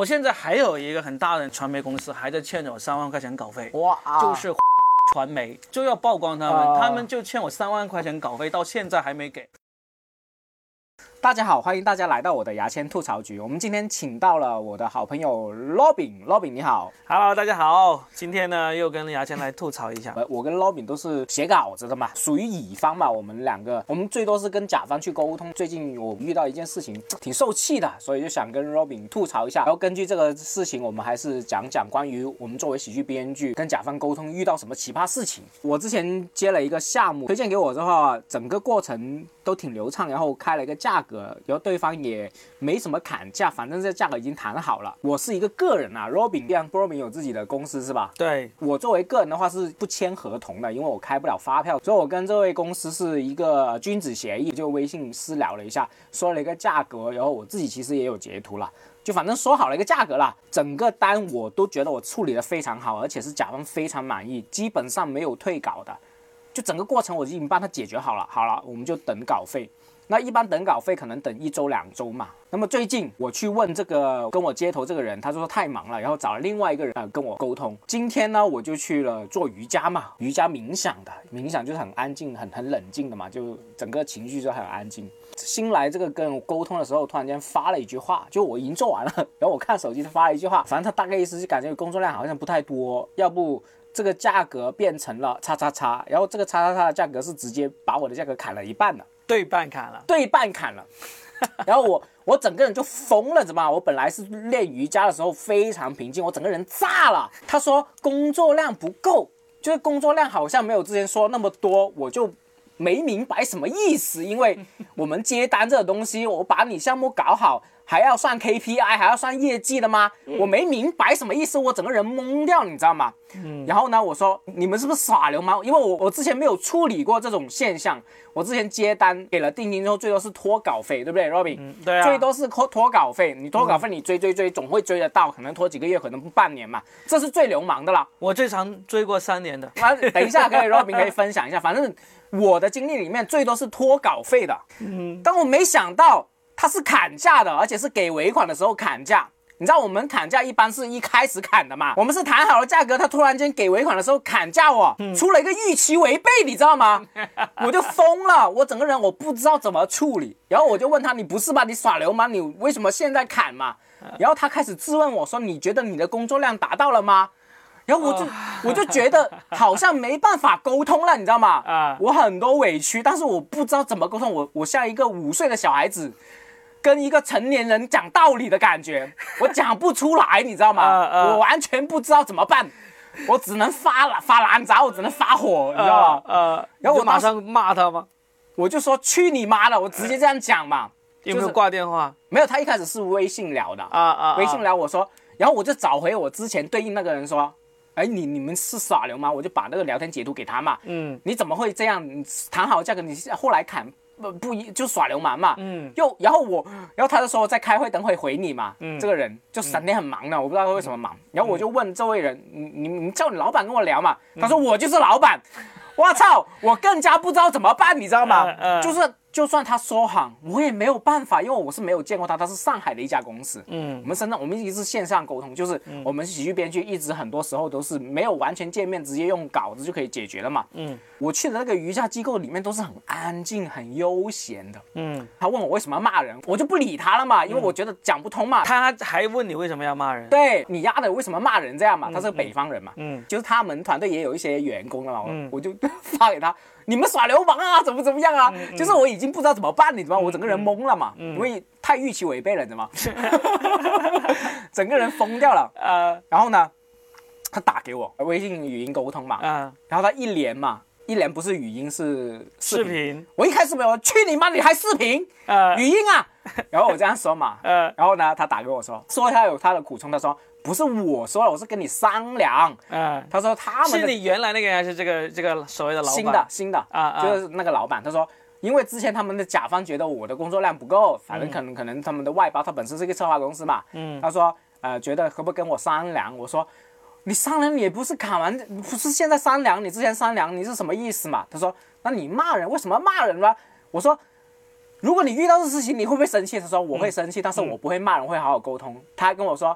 我现在还有一个很大的传媒公司还在欠着我3万块钱稿费， 哇， 就是传媒就要曝光他们，他们就欠我3万块钱稿费，到现在还没给。 大家好，欢迎大家来到我的牙签吐槽局。我们今天请到了我的好朋友 Robin 你好。 Hello， 大家好，今天呢又跟牙签来吐槽一下。 我跟 Robin 都是写稿子的嘛，属于乙方嘛。我们两个，我们最多是跟甲方去沟通。最近我遇到一件事情，挺受气的，所以就想跟 Robin 吐槽一下。然后根据这个事情，我们还是讲讲关于我们作为喜剧编剧跟甲方沟通遇到什么奇葩事情。我之前接了一个项目，推荐给我之后，整个过程都挺流畅，然后开了一个价格。然后对方也没什么砍价，反正这价格已经谈好了。我是一个个人啊 ，Robin 有自己的公司是吧？ 对， 我作为个人的话是不签合同的，因为我开不了发票，所以我跟这位公司是一个君子协议，就微信私聊了一下，说了一个价格，然后我自己其实也有截图了，就反正说好了一个价格啦。整个单我都觉得我处理的非常好，而且是甲方非常满意，基本上没有退稿的，就整个过程我已经帮他解决好了。好了，我们就等稿费。那一般等稿费可能等1周2周嘛。那么最近我去问这个跟我接头这个人，他说太忙了，然后找了另外一个人跟我沟通。今天呢，我就去了做瑜伽嘛，瑜伽冥想的，冥想就是很安静、很冷静的嘛，就整个情绪就很安静。新来这个跟我沟通的时候，突然间发了一句话，就我已经做完了，然后我看手机他发了一句话，反正他大概意思就感觉工作量好像不太多，要不这个价格变成了叉叉叉，然后这个叉叉叉的价格是直接把我的价格砍了一半的。对半砍了，然后我整个人就疯了，知道吗？我本来是练瑜伽的时候非常平静，我整个人炸了。他说工作量不够，就是工作量好像没有之前说那么多，我就没明白什么意思。因为我们接单这个东西，我把你项目搞好，还要算 KPI， 还要算业绩的吗？我没明白什么意思，我整个人懵掉，你知道吗？然后呢，我说你们是不是耍流氓？因为我之前没有处理过这种现象，我之前接单给了定金之后，最多是拖稿费，对不对 ，Robin？ 对啊， 最多是拖稿费，你拖稿费你追，总会追得到，可能拖几个月，可能半年嘛，这是最流氓的了。 我最长追过3年的。 等一下可以 Robin 可以分享一下，反正我的经历里面最多是拖稿费的，但我没想到他是砍价的，而且是给尾款的时候砍价。你知道我们砍价一般是一开始砍的嘛？我们是谈好了价格，他突然间给尾款的时候砍价哦，出了一个预期违背，你知道吗？我就疯了，我整个人我不知道怎么处理。然后我就问他，你不是吧？你耍流氓，你为什么现在砍嘛？然后他开始质问我说，你觉得你的工作量达到了吗？然后我就觉得好像没办法沟通了，你知道吗？我很多委屈，但是我不知道怎么沟通，我像一个5岁的小孩子跟一个成年人讲道理的感觉，我讲不出来，你知道吗？我完全不知道怎么办，我只能发烂渣，我只能发火，你知道吗？然后我马上骂他吗？ 我就说去你妈的，我直接这样讲嘛。 有没有挂电话？ 没有，他一开始是微信聊的微信聊我说，然后我就找回我之前对应那个人说，哎，你们是耍流氓，我就把那个聊天截图给他嘛。你怎么会这样？你谈好价格，你后来砍。不就耍流氓嘛，然后他就说我在开会，等会回你嘛。这个人就整天很忙的，我不知道他为什么忙。然后我就问这位人，你叫你老板跟我聊嘛。他说我就是老板。我操，我更加不知道怎么办，你知道吗？就算他说谎，我也没有办法，因为我是没有见过他是上海的一家公司。我们深圳，我们一直是线上沟通，就是我们喜剧编剧一直很多时候都是没有完全见面，直接用稿子就可以解决了嘛。我去的那个瑜伽机构里面都是很安静、很悠闲的。他问我为什么要骂人，我就不理他了嘛，因为我觉得讲不通嘛。 他还问你为什么要骂人？ 对，你丫的为什么骂人这样嘛？他是个北方人嘛。就是他们团队也有一些员工了嘛。我就发给他。你们耍流氓啊，怎么样啊？就是我已经不知道怎么办，你知道吗？我整个人懵了嘛，因为太预期违背了，你知道吗？整个人疯掉了。然后呢，他打给我，微信语音沟通嘛。然后他一连不是语音是视频。我一开始没有，去你妈，你还视频？语音啊？然后我这样说嘛。然后呢，他打给我说他有他的苦衷，他说。不是我说了，我是跟你商量。他说他们是你原来那个还是这个所谓的老板？ 新的就是那个老板。他说，因为之前他们的甲方觉得我的工作量不够，反正可能他们的外包，他本身是一个策划公司嘛。他说觉得可不可以跟我商量？我说你商量你也不是砍完，不是现在商量，你之前商量你是什么意思嘛？他说那你骂人为什么骂人呢？我说如果你遇到这事情你会不会生气？他说我会生气，但是我不会骂人，会好好沟通。他还跟我说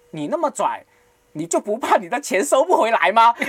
你那么拽，你就不怕你的钱收不回来吗？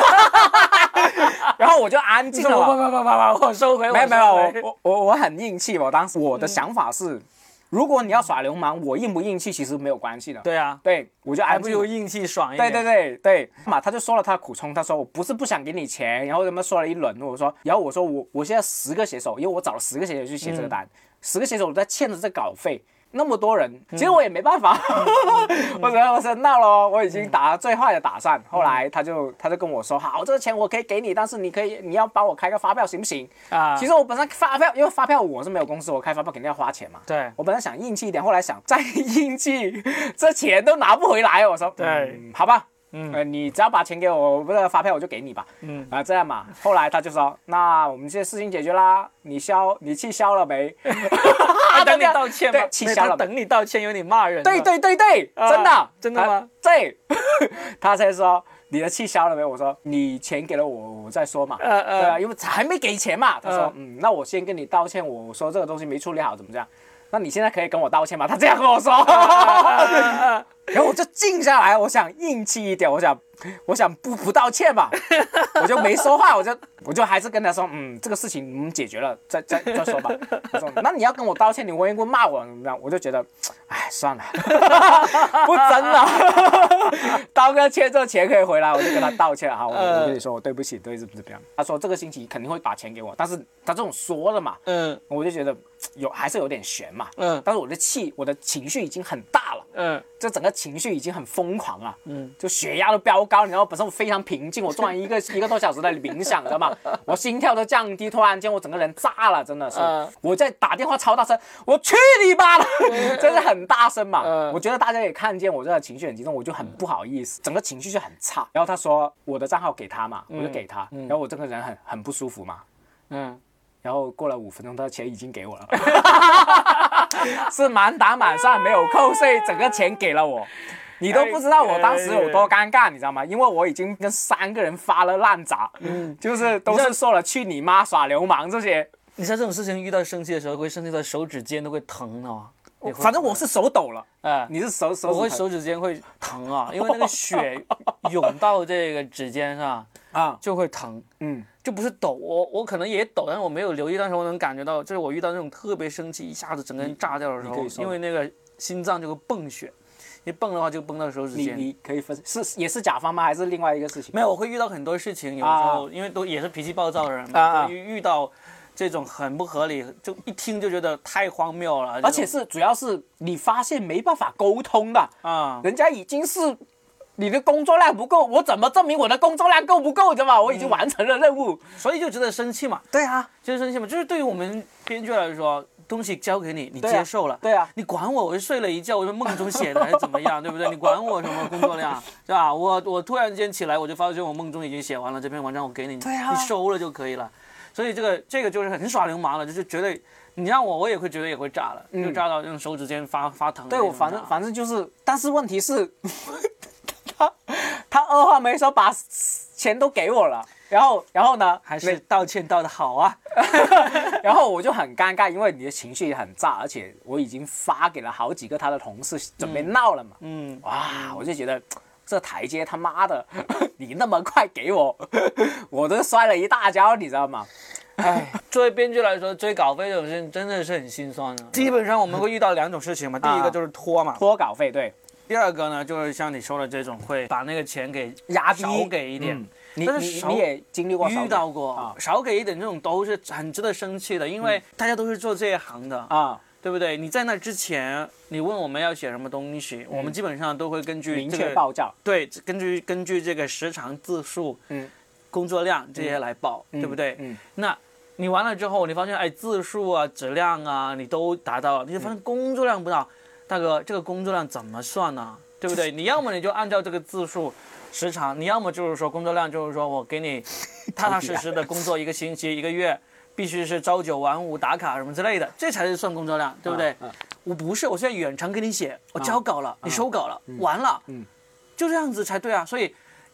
然后我就安静了。 不，我收回。 没有，我很硬气。我当时我的想法是，如果你要耍流氓，我硬不硬气其实没有关系的。 对啊， 对，我就安静。 还不如硬气爽一点。 对嘛，他就说了他的苦衷，他说我不是不想给你钱，然后他们说了一轮，我说我现在10个写手，因为我找了10个写手去写这个单，10个写手我在欠着这稿费。那么多人，其实我也没办法，我说闹了，我已经打了最坏的打算。后来他就跟我说，好，这个钱我可以给你，但是你要帮我开个发票行不行？其实我本身发票，因为发票我是没有公司，我开发票肯定要花钱嘛。 对， 我本来想硬气一点，后来想再硬气，这钱都拿不回来。我说， 对， 好吧。你只要把钱给我，不是发票我就给你吧。这样嘛。后来他就说，那我们这事情解决啦，你气消了没？ 他等你道歉吗？ 对，气消了。 他等你道歉，因为你骂人。 对，真的吗？ 对，他才说你的气消了没？我说你钱给了我再说嘛。对啊，因为还没给钱嘛。他说，那我先跟你道歉，我说这个东西没处理好，怎么这样？那你现在可以跟我道歉吗？他这样跟我说。然后我就静下来，我想硬气一点，我想不道歉吧，我就没说话，我就还是跟他说，这个事情我们解决了，再说吧。他说，那你要跟我道歉，你会骂我怎么样？我就觉得，哎，算了，不争了。刀哥欠这钱可以回来，我就跟他道歉，好，我跟你说，我对不起，对怎么样？他说这个星期肯定会把钱给我，但是他这种说了嘛，我就觉得还是有点悬嘛，但是我的情绪已经很大了，这整个情绪已经很疯狂了，就血压都飙高，你知道，本身我非常平静，我做完一个多小时的冥想，知道吗？我心跳都降低，突然间我整个人炸了，真的是，我在打电话超大声，我去你妈的，真是很大声嘛。我觉得大家也看见我这个情绪很激动，我就很不好意思，整个情绪就很差。然后他说我的账号给他嘛，我就给他，然后我这个人很不舒服嘛，然后过了5分钟，他的钱已经给我了，是满打满算没有扣税，整个钱给了我。你都不知道我当时有多尴尬，你知道吗？因为我已经跟3个人发了烂渣，就是都是说了去你妈耍流氓这些。 你像这种事情遇到生气的时候，会生气的手指尖都会疼啊。 反正我是手抖了，你是手我会手指尖会疼啊，因为那个血涌到这个指尖上就会疼，就不是抖，我可能也抖，但是我没有留意，但是我能感觉到，就是我遇到那种特别生气，一下子整个人炸掉的时候，因为那个心脏就会泵血，一泵的话就泵到手指尖。 你可以分也是甲方吗？还是另外一个事情？ 没有，我会遇到很多事情，有时候因为都也是脾气暴躁的人嘛，遇到这种很不合理，就一听就觉得太荒谬了， 而且主要是你发现没办法沟通的人家已经是你的工作量不够，我怎么证明我的工作量够不够，知道吗？我已经完成了任务， 所以就值得生气嘛。 对啊， 就是生气嘛，就是对于我们编剧来说，东西交给你，你接受了， 对啊， 你管我是睡了一觉，我是梦中写的还是怎么样，对不对？你管我什么工作量，是吧？我突然间起来，我就发现我梦中已经写完了这篇文章，我给你， 对啊， 你收了就可以了。所以这个就是很耍流氓了，就是绝对，你让我也会觉得也会炸了，就炸到用手指尖发疼。 对，我反正就是，但是问题是，他二话没说把钱都给我了，然后呢， 还是道歉道得好啊。 然后我就很尴尬，因为你的情绪也很炸，而且我已经发给了好几个他的同事，准备闹了嘛。哇，我就觉得。这台阶他妈的，你那么快给我，我都摔了一大跤，你知道吗？ 哎，作为编剧来说，追稿费这种事情真的是很心酸的。基本上我们会遇到2种事情嘛，第一个就是拖嘛， 拖稿费，对。 第二个呢，就是像你说的这种，会把那个钱给压低， 少给一点。 你也经历过遇到过少给一点，这种都是很值得生气的，因为大家都是做这一行的对不对？你在那之前，你问我们要写什么东西，我们基本上都会根据明确报价， 对，根据这个时长、字数、工作量这些来报，对不对？那你完了之后，你发现字数啊、质量啊，你都达到了，你就发现工作量不到，大哥，这个工作量怎么算呢？对不对？你要么你就按照这个字数、时长，你要么就是说工作量，就是说我给你踏踏实实的工作1个星期、1个月。必须是朝9晚5打卡什么之类的，这才是算工作量，对不对？我不是，我现在远程给你写，我交稿了，你收稿了，完了，就这样子才对啊。所以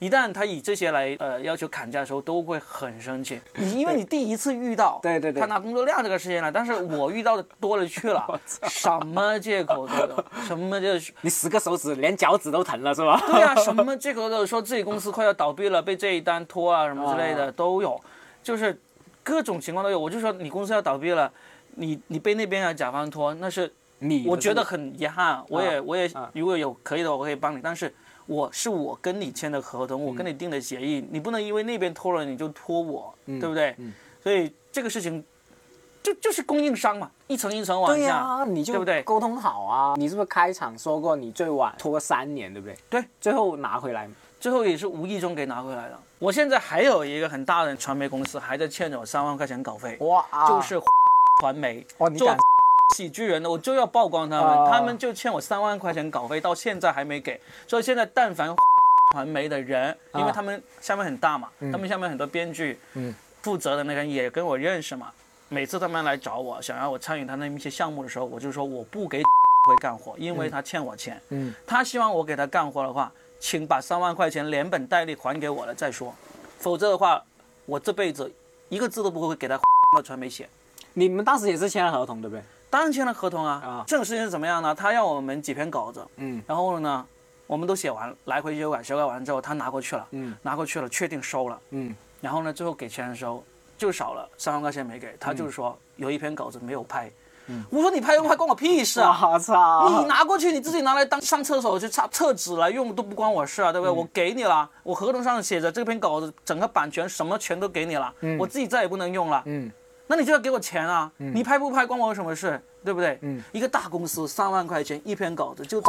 一旦他以这些来要求砍价的时候，都会很生气。因为你第一次遇到， 对， 他拿工作量这个事情来，但是我遇到的多了去了，什么借口都有，什么就是你10个手指连脚趾都疼了是吧？ 对啊，什么借口都有，说自己公司快要倒闭了，被这一单拖啊什么之类的都有，就是各种情况都有。我就说你公司要倒闭了，你被那边的甲方拖，那是我觉得很遗憾。我也如果有可以的话，我可以帮你，但是我跟你签的合同，我跟你定的协议，你不能因为那边拖了你就拖我，对不对？所以这个事情就是供应商嘛，一层一层往下， 对啊，你就对不对？ 沟通好啊。你是不是开场说过你最晚拖3年，对不对？ 对， 最后拿回来， 最后也是无意中给拿回来了。我现在还有一个很大的传媒公司还在欠着我3万块钱稿费， 哇， 就是传媒， 你敢喜剧人的，我就要曝光他们，他们就欠我3万块钱稿费，到现在还没给。所以现在但凡传媒的人，因为他们下面很大嘛，他们下面很多编剧，负责的那个人也跟我认识嘛。每次他们来找我，想要我参与他那一些项目的时候，我就说我不给会干活，因为他欠我钱。他希望我给他干活的话，请把3万块钱连本带利还给我了再说，否则的话，我这辈子一个字都不会给他的传媒写。 你们当时也是签了合同，对不对？ 当然签了合同啊。这种事情是怎么样呢？他要我们几篇稿子，然后呢，我们都写完，来回修改，修改完之后他拿过去了，拿过去了，确定收了，然后呢，最后给钱的时候就少了3万块钱没给，他就是说有一篇稿子没有拍。我说你拍不拍关我屁事啊！ 我操！ 你拿过去你自己拿来当上厕所去厕纸来用都不关我事啊，对不对？我给你了，我合同上写着这篇稿子整个版权什么全都给你了，我自己再也不能用了。那你就要给我钱啊！你拍不拍关我有什么事，对不对？一个大公司3万块钱一篇稿子就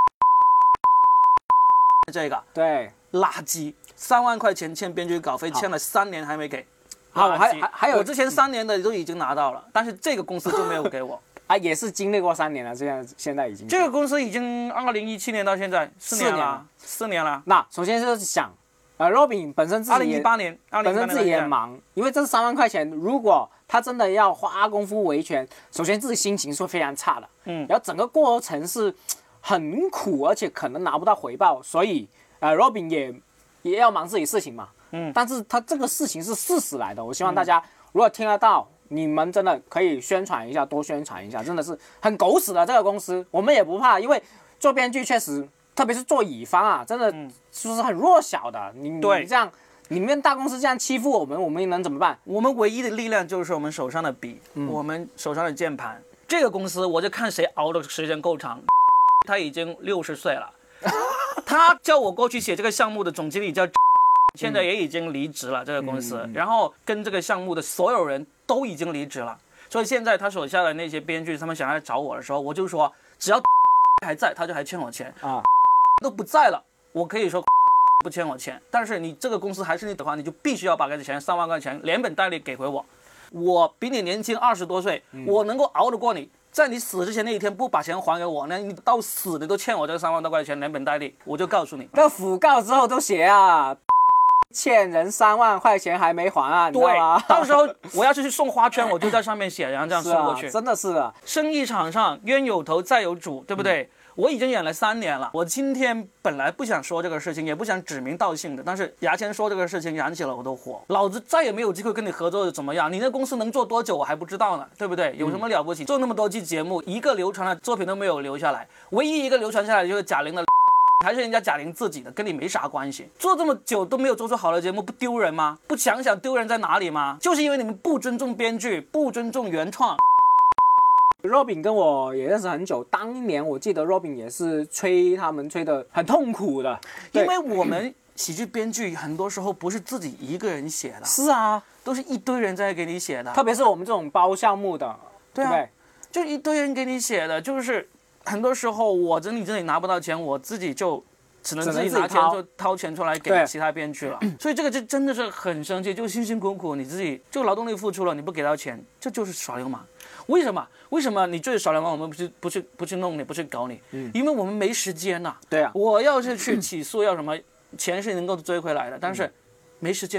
这个对垃圾，3万块钱欠编剧稿费，欠了3年还没给。 好，还有我之前3年的都已经拿到了，但是这个公司就没有给我。 也是经历过3年了，现在已经。 这个公司已经2017年到现在4年了，4年了。 那首先就是想，Robin 本身自己也 2018年本身自己也忙，因为这3万块钱，如果他真的要花功夫维权，首先自己心情是非常差的，然后整个过程是很苦，而且可能拿不到回报，所以Robin 也要忙自己事情嘛，但是他这个事情是事实来的，我希望大家如果听得到，你们真的可以宣传一下，多宣传一下，真的是很狗屎的这个公司，我们也不怕，因为做编剧确实，特别是做乙方啊，真的就是很弱小的，你这样。你们大公司这样欺负我们能怎么办？ 我们唯一的力量就是我们手上的笔，我们手上的键盘。这个公司我就看谁熬的时间够长。他已经60岁了，他叫我过去写这个项目的总经理叫，现在也已经离职了这个公司，然后跟这个项目的所有人都已经离职了，所以现在他手下的那些编剧他们想要找我的时候，我就说只要还在，他就还欠我钱啊，都不在了，我可以说。不欠我钱，但是你这个公司还是你的话，你就必须要把这钱3万块钱连本带利给回我。我比你年轻20多岁，我能够熬得过你，在你死之前那一天不把钱还给我，那你到死你都欠我这3万多块钱连本带利，我就告诉你， 那讣告之后都写啊，欠人3万块钱还没还啊，你知道吗？ 到时候我要是去送花圈，我就在上面写，然后这样送过去。 真的是的， 生意场上冤有头债有主，对不对？我已经演了3年了，我今天本来不想说这个事情，也不想指名道姓的，但是牙签说这个事情燃起了我的火，老子再也没有机会跟你合作又怎么样？你那公司能做多久我还不知道呢，对不对？有什么了不起？做那么多期节目，一个流传的作品都没有留下来，唯一一个流传下来就是贾玲的，还是人家贾玲自己的，跟你没啥关系。做这么久都没有做出好的节目，不丢人吗？不想想丢人在哪里吗？就是因为你们不尊重编剧，不尊重原创。 Robin 跟我也认识很久，当年我记得 Robin 也是催他们催得很痛苦的， 因为我们喜剧编剧很多时候不是自己一个人写的， 是啊， 都是一堆人在给你写的， 特别是我们这种包项目的，对不对？ 就一堆人给你写的，就是很多时候我这里拿不到钱，我自己就只能自己拿钱就掏钱出来给其他编剧了，所以这个就真的是很生气，就辛辛苦苦你自己就劳动力付出了，你不给到钱，这就是耍流氓。为什么？为什么你就是耍流氓？我们不去弄你，不去搞你？因为我们没时间呐。 对啊， 我要是去起诉，要什么钱是能够追回来的，但是没时间去搞。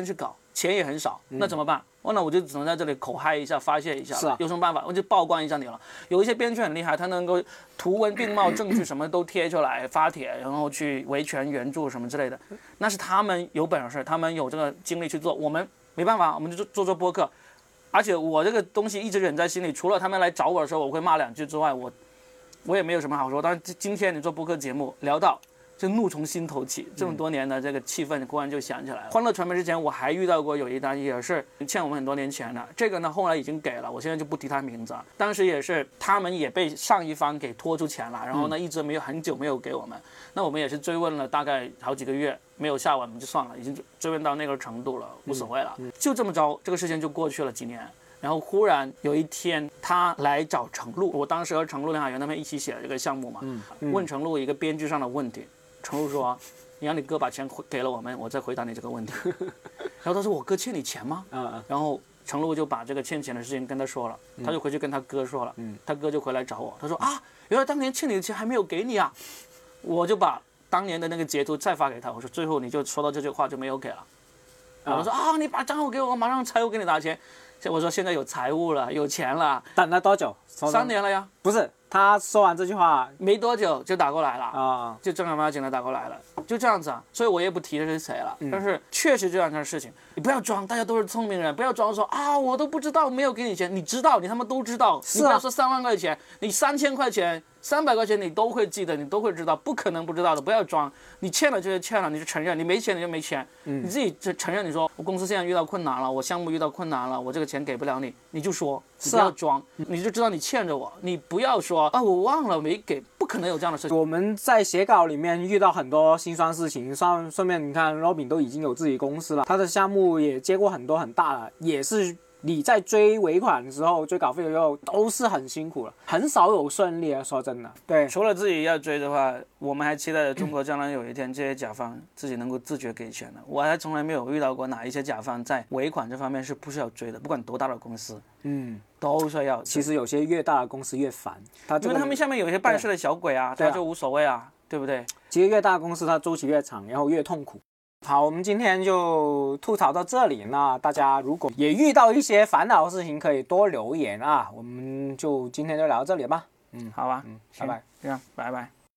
钱也很少，那怎么办？那我就只能在这里口嗨一下，发泄一下。 是啊， 有什么办法？我就曝光一下你了。有一些编剧很厉害，他能够图文并茂，证据什么都贴出来，发帖，然后去维权援助什么之类的。那是他们有本事，他们有这个精力去做。我们没办法，我们就做播客。而且我这个东西一直忍在心里，除了他们来找我的时候我会骂2句之外，我也没有什么好说。但是今天你做播客节目聊到，就怒从心头起，这么多年的这个气氛忽然就想起来了。欢乐传媒之前我还遇到过有一单也是欠我们很多年钱的，这个呢后来已经给了，我现在就不提他名字了。当时也是他们也被上一方给拖出钱了，然后呢一直很久没有给我们，那我们也是追问了大概好几个月没有下文，我们就算了，已经追问到那个程度了，无所谓了。就这么着，这个事情就过去了几年。然后忽然有一天，他来找程璐，我当时和程璐、梁海源他们一起写了这个项目嘛，问程璐一个编剧上的问题。程璐说：“你让你哥把钱给了我们，我再回答你这个问题。”然后他说：“我哥欠你钱吗？”然后程璐就把这个欠钱的事情跟他说了，他就回去跟他哥说了，他哥就回来找我，他说：“啊，原来当年欠你的钱还没有给你啊！”我就把当年的那个截图再发给他，我说：“最后你就说到这句话就没有给了。”我说：“啊，你把账号给我，马上财务给你打钱。”我说现在有财务了，有钱了。 等了多久 ？3年了呀。 不是，他说完这句话没多久就打过来了就正儿八经的打过来了，就这样子啊。所以我也不提这是谁了，但是确实这样的事情，你不要装，大家都是聪明人，不要装说啊我都不知道，没有给你钱，你知道，你他妈都知道。你不要说3万块钱，你3000块钱。300块钱你都会记得，你都会知道，不可能不知道的，不要装。你欠了就是欠了，你就承认；你没钱你就没钱，你自己就承认。你说我公司现在遇到困难了，我项目遇到困难了，我这个钱给不了你，你就说，你不要装，你就知道你欠着我。你不要说啊，我忘了没给，不可能有这样的事情。 我们在写稿里面遇到很多辛酸事情，顺便你看 Robin 都已经有自己公司了，他的项目也接过很多很大的，也是。你在追尾款的时候，追稿费的时候都是很辛苦了，很少有顺利啊。说真的，对， 除了自己要追的话，我们还期待着中国将来有一天这些甲方自己能够自觉给钱的。我还从来没有遇到过哪一些甲方在尾款这方面是不需要追的，不管多大的公司，都需要。 其实有些越大的公司越烦， 因为他们下面有一些办事的小鬼啊，他就无所谓啊，对不对？ 其实越大的公司它周期越长，然后越痛苦。好，我们今天就吐槽到这里。那大家如果也遇到一些烦恼的事情，可以多留言啊。我们就今天就聊到这里吧。 好吧， 拜拜。 这样，拜拜。